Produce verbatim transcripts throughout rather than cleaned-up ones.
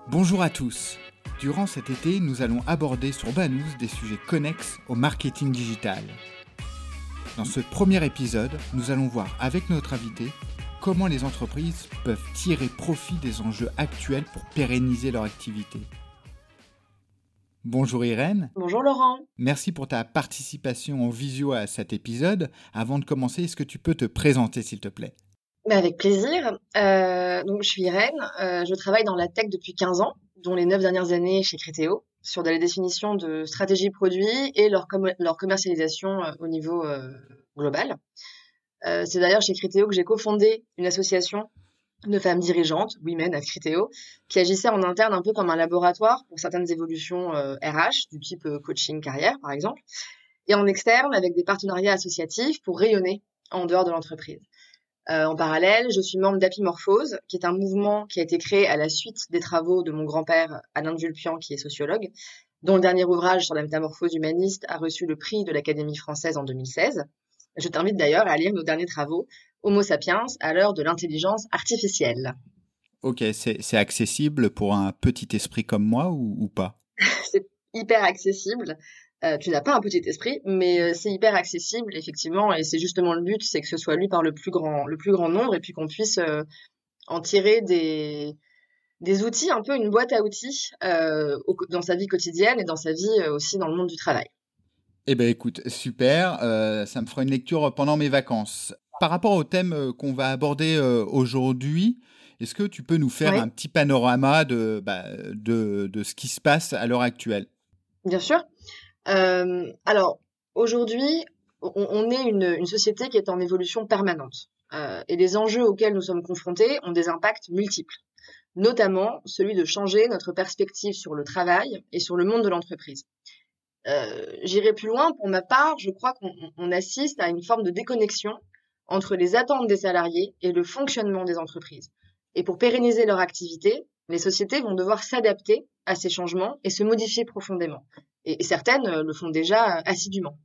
Bonjour à tous. Durant cet été, nous allons aborder sur Banous des sujets connexes au marketing digital. Dans ce premier épisode, nous allons voir avec notre invité comment les entreprises peuvent tirer profit des enjeux actuels pour pérenniser leur activité. Bonjour Irène. Bonjour Laurent. Merci pour ta participation en visio à cet épisode. Avant de commencer, est-ce que tu peux te présenter s'il te plaît ? Bah avec plaisir. Euh, donc je suis Irène, euh, je travaille dans la tech depuis quinze ans, dont les neuf dernières années chez Criteo, sur la définition de stratégies produits et leur, com- leur commercialisation euh, au niveau euh, global. Euh, c'est d'ailleurs chez Criteo que j'ai cofondé une association de femmes dirigeantes, Women at Criteo, qui agissait en interne un peu comme un laboratoire pour certaines évolutions euh, R H, du type euh, coaching carrière par exemple, et en externe avec des partenariats associatifs pour rayonner en dehors de l'entreprise. Euh, en parallèle, je suis membre d'Apimorphose, qui est un mouvement qui a été créé à la suite des travaux de mon grand-père Alain de Vulpian, qui est sociologue, dont le dernier ouvrage sur la métamorphose humaniste a reçu le prix de l'Académie française en deux mille seize. Je t'invite d'ailleurs à lire nos derniers travaux, Homo sapiens, à l'heure de l'intelligence artificielle. Ok, c'est, c'est accessible pour un petit esprit comme moi ou, ou pas ? C'est hyper accessible. Euh, tu n'as pas un petit esprit, mais euh, c'est hyper accessible, effectivement, et c'est justement le but, c'est que ce soit lu par le plus grand, le plus grand nombre, et puis qu'on puisse euh, en tirer des, des outils, un peu une boîte à outils euh, au, dans sa vie quotidienne et dans sa vie euh, aussi dans le monde du travail. Eh bien écoute, super, euh, ça me fera une lecture pendant mes vacances. Par rapport au thème qu'on va aborder euh, aujourd'hui, est-ce que tu peux nous faire Oui, un petit panorama de, bah, de, de ce qui se passe à l'heure actuelle ? bien sûr. Euh, alors, aujourd'hui, on, on est une, une société qui est en évolution permanente. Euh, et les enjeux auxquels nous sommes confrontés ont des impacts multiples, notamment celui de changer notre perspective sur le travail et sur le monde de l'entreprise. Euh, j'irai plus loin. Pour ma part, je crois qu'on on assiste à une forme de déconnexion entre les attentes des salariés et le fonctionnement des entreprises. Et pour pérenniser leur activité, les sociétés vont devoir s'adapter à ces changements et se modifier profondément. Et, et certaines euh, le font déjà euh, assidûment.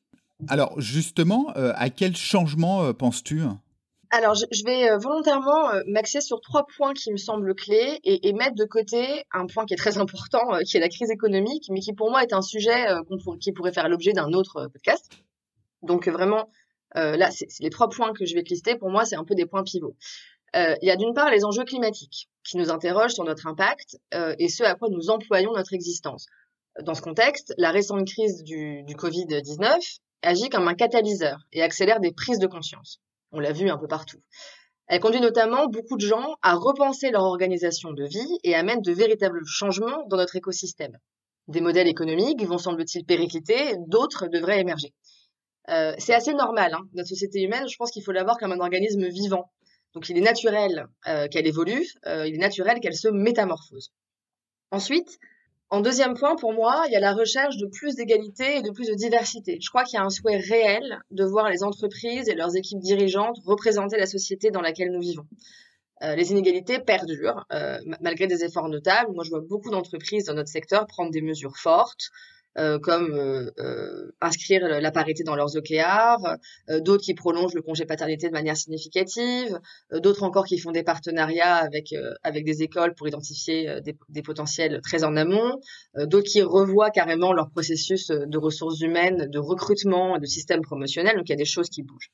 Alors justement, euh, à quel changement euh, penses-tu ? Alors, je, je vais euh, volontairement euh, m'axer sur trois points qui me semblent clés et, et mettre de côté un point qui est très important, euh, qui est la crise économique, mais qui pour moi est un sujet euh, qu'on pour- qui pourrait faire l'objet d'un autre euh, podcast. Donc euh, vraiment, euh, là, c'est c'est les trois points que je vais te lister. Pour moi, c'est un peu des points pivots. Euh, il y a d'une part les enjeux climatiques qui nous interrogent sur notre impact euh, et ce à quoi nous employons notre existence. Dans ce contexte, la récente crise du, du covid dix-neuf agit comme un catalyseur et accélère des prises de conscience. On l'a vu un peu partout. Elle conduit notamment beaucoup de gens à repenser leur organisation de vie et amène de véritables changements dans notre écosystème. Des modèles économiques vont, semble-t-il, péricliter, d'autres devraient émerger. Euh, c'est assez normal, hein. Notre société humaine, je pense qu'il faut la voir comme un organisme vivant. Donc il est naturel euh, qu'elle évolue, euh, il est naturel qu'elle se métamorphose. Ensuite, en deuxième point, pour moi, il y a la recherche de plus d'égalité et de plus de diversité. Je crois qu'il y a un souhait réel de voir les entreprises et leurs équipes dirigeantes représenter la société dans laquelle nous vivons. Euh, les inégalités perdurent, euh, malgré des efforts notables. Moi, je vois beaucoup d'entreprises dans notre secteur prendre des mesures fortes, euh, comme euh, euh, inscrire la parité dans leurs O K R, euh, d'autres qui prolongent le congé paternité de manière significative, euh, d'autres encore qui font des partenariats avec euh, avec des écoles pour identifier euh, des, des potentiels très en amont, euh, d'autres qui revoient carrément leur processus de ressources humaines, de recrutement, de système promotionnel. Donc il y a des choses qui bougent.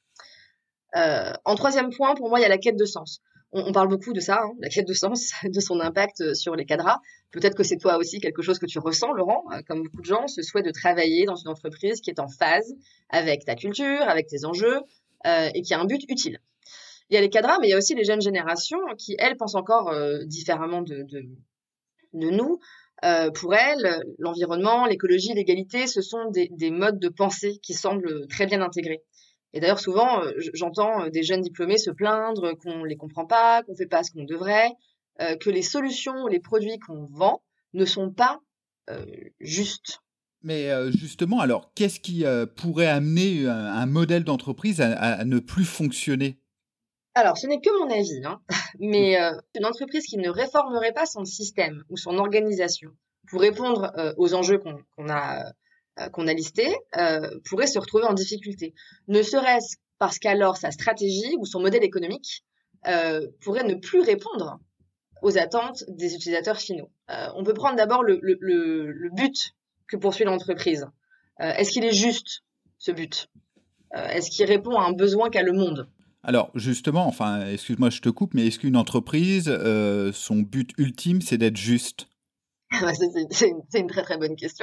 Euh, en troisième point, pour moi, il y a la quête de sens. On, on parle beaucoup de ça, hein, la quête de sens, de son impact sur les cadras. Peut-être que c'est toi aussi quelque chose que tu ressens, Laurent, euh, comme beaucoup de gens, ce souhait de travailler dans une entreprise qui est en phase avec ta culture, avec tes enjeux, euh, et qui a un but utile. Il y a les cadras, mais il y a aussi les jeunes générations qui, elles, pensent encore euh, différemment de, de, de nous. Euh, pour elles, l'environnement, l'écologie, l'égalité, ce sont des, des modes de pensée qui semblent très bien intégrés. Et d'ailleurs, souvent, euh, j'entends des jeunes diplômés se plaindre qu'on les comprend pas, qu'on fait pas ce qu'on devrait, euh, que les solutions, les produits qu'on vend ne sont pas euh, justes. Mais euh, justement, alors, qu'est-ce qui euh, pourrait amener un, un modèle d'entreprise à, à- à ne plus fonctionner ? Alors, ce n'est que mon avis, hein, mais euh, une entreprise qui ne réformerait pas son système ou son organisation pour répondre euh, aux enjeux qu'on qu'on a euh, qu'on a listés euh, pourrait se retrouver en difficulté. Ne serait-ce parce qu'alors sa stratégie ou son modèle économique euh, pourrait ne plus répondre aux attentes des utilisateurs finaux. Euh, on peut prendre d'abord le, le, le, le but que poursuit l'entreprise. Euh, est-ce qu'il est juste, ce but ? euh, Est-ce qu'il répond à un besoin qu'a le monde ? Alors justement, enfin, excuse-moi, je te coupe, mais est-ce qu'une entreprise, euh, son but ultime, c'est d'être juste ? c'est, c'est, une, c'est une très très bonne question.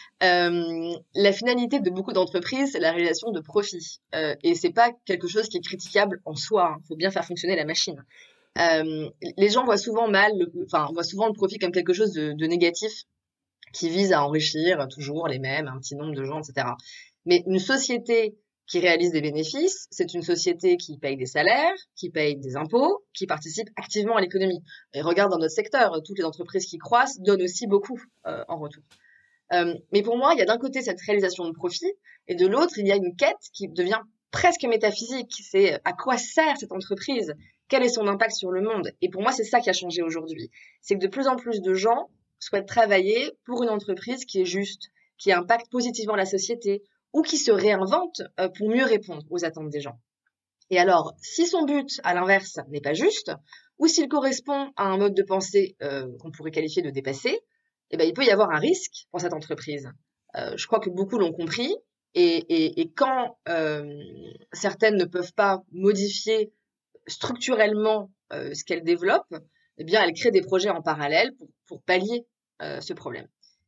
Euh, la finalité de beaucoup d'entreprises, c'est la réalisation de profits. Euh, et c'est pas quelque chose qui est critiquable en soi. Il faut bien faire fonctionner la machine. Euh, les gens voient souvent mal, le, enfin, voient souvent le profit comme quelque chose de, de négatif qui vise à enrichir toujours les mêmes, un petit nombre de gens, et cetera. Mais une société qui réalise des bénéfices, c'est une société qui paye des salaires, qui paye des impôts, qui participe activement à l'économie. Et regarde dans notre secteur, toutes les entreprises qui croissent donnent aussi beaucoup euh, en retour. Euh, mais pour moi, il y a d'un côté cette réalisation de profit, et de l'autre, il y a une quête qui devient presque métaphysique. C'est à quoi sert cette entreprise ? Quel est son impact sur le monde ? Et pour moi, c'est ça qui a changé aujourd'hui. C'est que de plus en plus de gens souhaitent travailler pour une entreprise qui est juste, qui impacte positivement la société, ou qui se réinvente pour mieux répondre aux attentes des gens. Et alors, si son but, à l'inverse, n'est pas juste, ou s'il correspond à un mode de pensée euh, qu'on pourrait qualifier de dépassé, eh ben, il peut y avoir un risque pour cette entreprise. Euh, je crois que beaucoup l'ont compris, et, et, et quand euh, certaines ne peuvent pas modifier structurellement euh, ce qu'elles développent, eh bien, elles créent des projets en parallèle pour, pour pallier euh, ce problème.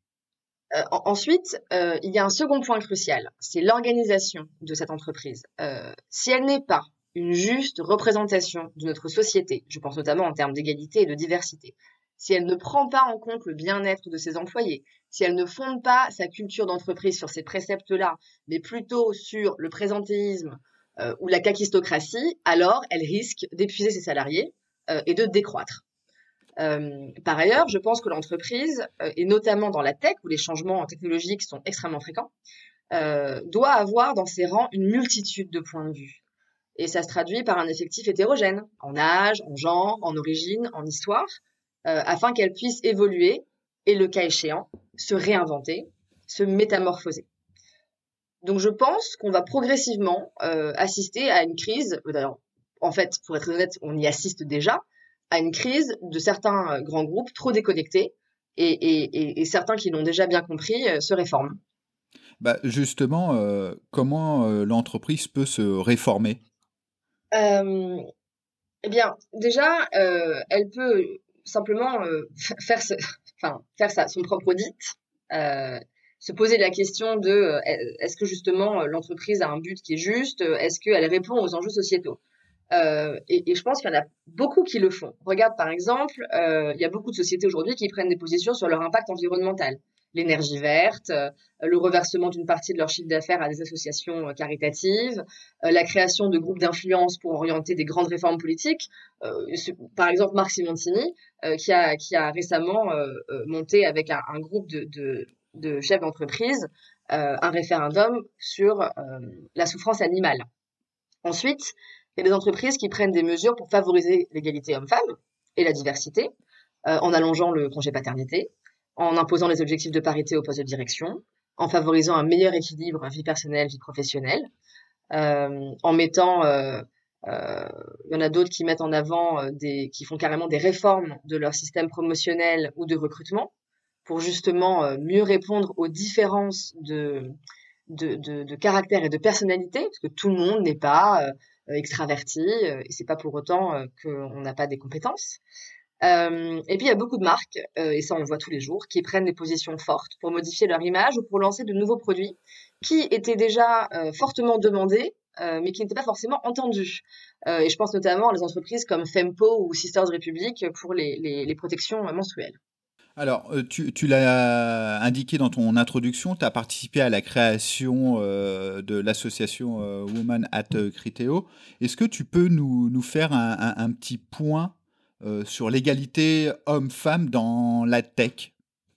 Euh, ensuite, euh, il y a un second point crucial, c'est l'organisation de cette entreprise. Euh, si elle n'est pas une juste représentation de notre société, je pense notamment en termes d'égalité et de diversité, si elle ne prend pas en compte le bien-être de ses employés, si elle ne fonde pas sa culture d'entreprise sur ces préceptes-là, mais plutôt sur le présentéisme euh, ou la kakistocratie, alors elle risque d'épuiser ses salariés euh, et de décroître. Euh, par ailleurs, je pense que l'entreprise, euh, et notamment dans la tech, où les changements technologiques sont extrêmement fréquents, euh, doit avoir dans ses rangs une multitude de points de vue. Et ça se traduit par un effectif hétérogène, en âge, en genre, en origine, en histoire, euh, afin qu'elle puisse évoluer et, le cas échéant, se réinventer, se métamorphoser. Donc je pense qu'on va progressivement euh, assister à une crise, d'ailleurs, en fait, pour être honnête, on y assiste déjà, à une crise de certains grands groupes trop déconnectés et, et, et certains qui l'ont déjà bien compris euh, se réforment. Bah justement, euh, comment euh, l'entreprise peut se réformer ? euh, Eh bien, déjà, euh, elle peut simplement euh, faire, ce, enfin, faire sa, son propre audit, euh, se poser la question de euh, est-ce que justement l'entreprise a un but qui est juste, est-ce qu'elle répond aux enjeux sociétaux. Euh, et, et je pense qu'il y en a beaucoup qui le font. Regarde par exemple, euh, il y a beaucoup de sociétés aujourd'hui qui prennent des positions sur leur impact environnemental. L'énergie verte, euh, le reversement d'une partie de leur chiffre d'affaires à des associations euh, caritatives, euh, la création de groupes d'influence pour orienter des grandes réformes politiques. Euh, par exemple, Marc Simontini, euh, qui, a, qui a récemment euh, monté avec un, un groupe de, de, de chefs d'entreprise euh, un référendum sur euh, la souffrance animale. Ensuite, il y a des entreprises qui prennent des mesures pour favoriser l'égalité homme-femme et la diversité, euh, en allongeant le congé paternité, en imposant les objectifs de parité au poste de direction, en favorisant un meilleur équilibre vie personnelle, vie professionnelle, euh, en mettant, euh, euh, il y en a d'autres qui mettent en avant euh, des, qui font carrément des réformes de leur système promotionnel ou de recrutement pour justement euh, mieux répondre aux différences de, de, de, de caractère et de personnalité, parce que tout le monde n'est pas euh, extraverti, euh, et c'est pas pour autant euh, qu'on n'a pas des compétences. Euh, et puis il y a beaucoup de marques, euh, et ça on le voit tous les jours, qui prennent des positions fortes pour modifier leur image ou pour lancer de nouveaux produits qui étaient déjà euh, fortement demandés, euh, mais qui n'étaient pas forcément entendus. Euh, et je pense notamment à des entreprises comme Fempo ou Sisters Republic pour les, les, les protections menstruelles. Alors, tu, tu l'as indiqué dans ton introduction, tu as participé à la création euh, de l'association euh, Women at Criteo. Est-ce que tu peux nous, nous faire un, un, un petit point euh, sur l'égalité homme-femme dans la tech ?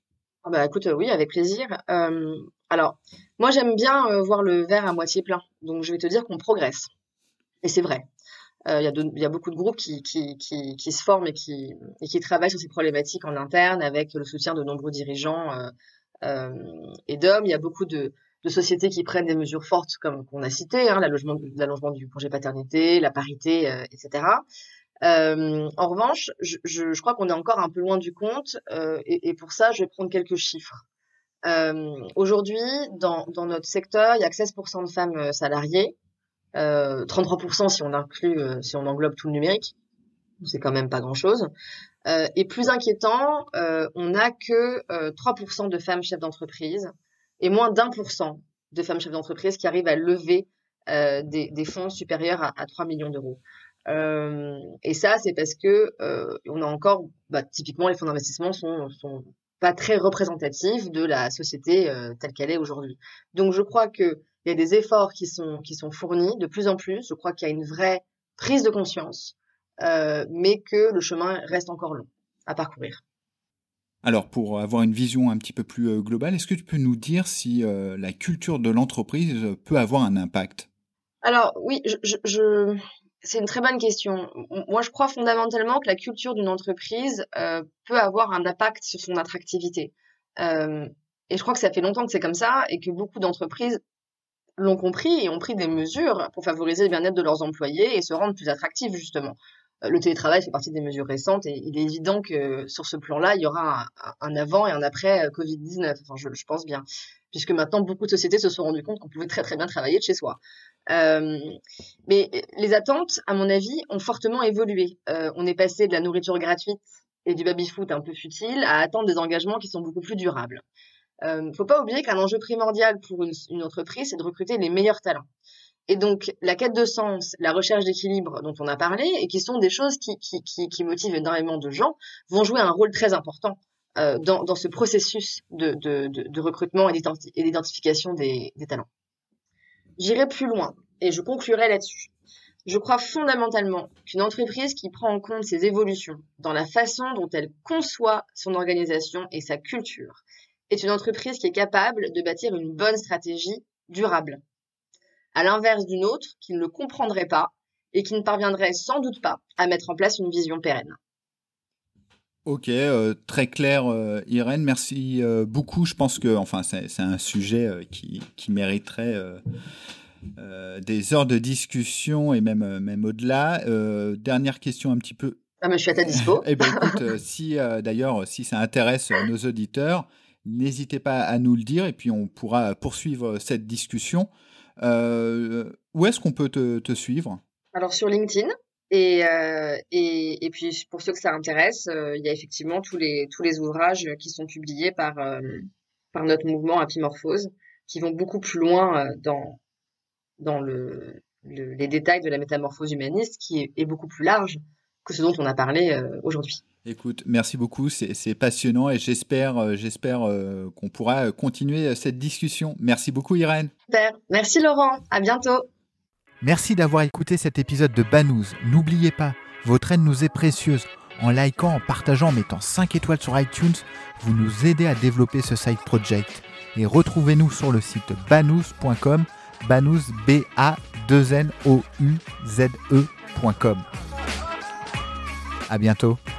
Ah bah écoute, euh, oui, avec plaisir. Euh, alors, moi j'aime bien euh, voir le verre à moitié plein, donc je vais te dire qu'on progresse. Et c'est vrai. Il euh, y, y a beaucoup de groupes qui, qui, qui, qui se forment et qui, et qui travaillent sur ces problématiques en interne avec le soutien de nombreux dirigeants euh, euh, et d'hommes. Il y a beaucoup de, de sociétés qui prennent des mesures fortes comme qu'on a cité, hein, l'allongement, l'allongement du congé paternité, la parité, euh, et cetera. Euh, en revanche, je, je, je crois qu'on est encore un peu loin du compte euh, et, et pour ça, je vais prendre quelques chiffres. Euh, aujourd'hui, dans, dans notre secteur, il y a que seize pour cent de femmes salariées, euh, trente-trois pour cent si on inclut, euh, si on englobe tout le numérique. C'est quand même pas grand-chose. Euh, et plus inquiétant, euh, on n'a que euh, trois pour cent de femmes chefs d'entreprise et moins d'un pour cent de femmes chefs d'entreprise qui arrivent à lever euh, des, des fonds supérieurs à, à trois millions d'euros. Euh, et ça, c'est parce que euh, on a encore, bah, typiquement, les fonds d'investissement sont, sont pas très représentatifs de la société euh, telle qu'elle est aujourd'hui. Donc, je crois que il y a des efforts qui sont qui sont fournis de plus en plus. Je crois qu'il y a une vraie prise de conscience. Euh, mais que le chemin reste encore long à parcourir. Alors, pour avoir une vision un petit peu plus euh, globale, est-ce que tu peux nous dire si euh, la culture de l'entreprise peut avoir un impact ? Alors, oui, je, je, je... c'est une très bonne question. Moi, je crois fondamentalement que la culture d'une entreprise euh, peut avoir un impact sur son attractivité. Euh, et je crois que ça fait longtemps que c'est comme ça et que beaucoup d'entreprises l'ont compris et ont pris des mesures pour favoriser le bien-être de leurs employés et se rendre plus attractifs, justement. Le télétravail fait partie des mesures récentes et il est évident que sur ce plan-là, il y aura un, un avant et un après covid dix-neuf. Enfin, je, je pense bien, puisque maintenant beaucoup de sociétés se sont rendues compte qu'on pouvait très très bien travailler de chez soi. Euh, mais les attentes, à mon avis, ont fortement évolué. Euh, on est passé de la nourriture gratuite et du baby-foot un peu futile à attendre des engagements qui sont beaucoup plus durables. Euh, faut pas oublier qu'un enjeu primordial pour une, une entreprise, c'est de recruter les meilleurs talents. Et donc, la quête de sens, la recherche d'équilibre dont on a parlé, et qui sont des choses qui, qui, qui, qui motivent énormément de gens, vont jouer un rôle très important euh, dans, dans ce processus de, de, de, de recrutement et d'identification des, des talents. J'irai plus loin, et je conclurai là-dessus. Je crois fondamentalement qu'une entreprise qui prend en compte ces évolutions dans la façon dont elle conçoit son organisation et sa culture est une entreprise qui est capable de bâtir une bonne stratégie durable. À l'inverse d'une autre qui ne le comprendrait pas et qui ne parviendrait sans doute pas à mettre en place une vision pérenne. Ok, euh, très clair, euh, Irène, merci euh, beaucoup. Je pense que, enfin, c'est, c'est un sujet euh, qui, qui mériterait euh, euh, des heures de discussion et même, euh, même au-delà. Euh, dernière question un petit peu. Ah, mais je suis à ta dispo. Eh bien, écoute, euh, si euh, d'ailleurs, si ça intéresse euh, nos auditeurs, n'hésitez pas à nous le dire et puis on pourra poursuivre cette discussion. Euh, où est-ce qu'on peut te, te suivre ? Alors sur LinkedIn et, euh, et et puis pour ceux que ça intéresse, euh, il y a effectivement tous les tous les ouvrages qui sont publiés par euh, par notre mouvement Apimorphose, qui vont beaucoup plus loin euh, dans dans le, le les détails de la métamorphose humaniste, qui est, est beaucoup plus large que ce dont on a parlé euh, aujourd'hui. Écoute, merci beaucoup, c'est, c'est passionnant et j'espère, euh, j'espère euh, qu'on pourra continuer cette discussion. Merci beaucoup Irène. Super, merci Laurent, à bientôt. Merci d'avoir écouté cet épisode de Banous. N'oubliez pas, votre aide nous est précieuse. En likant, en partageant, en mettant cinq étoiles sur iTunes, vous nous aidez à développer ce side project. Et retrouvez-nous sur le site banous point com, banous, B A deux N O U Z E point com. À bientôt.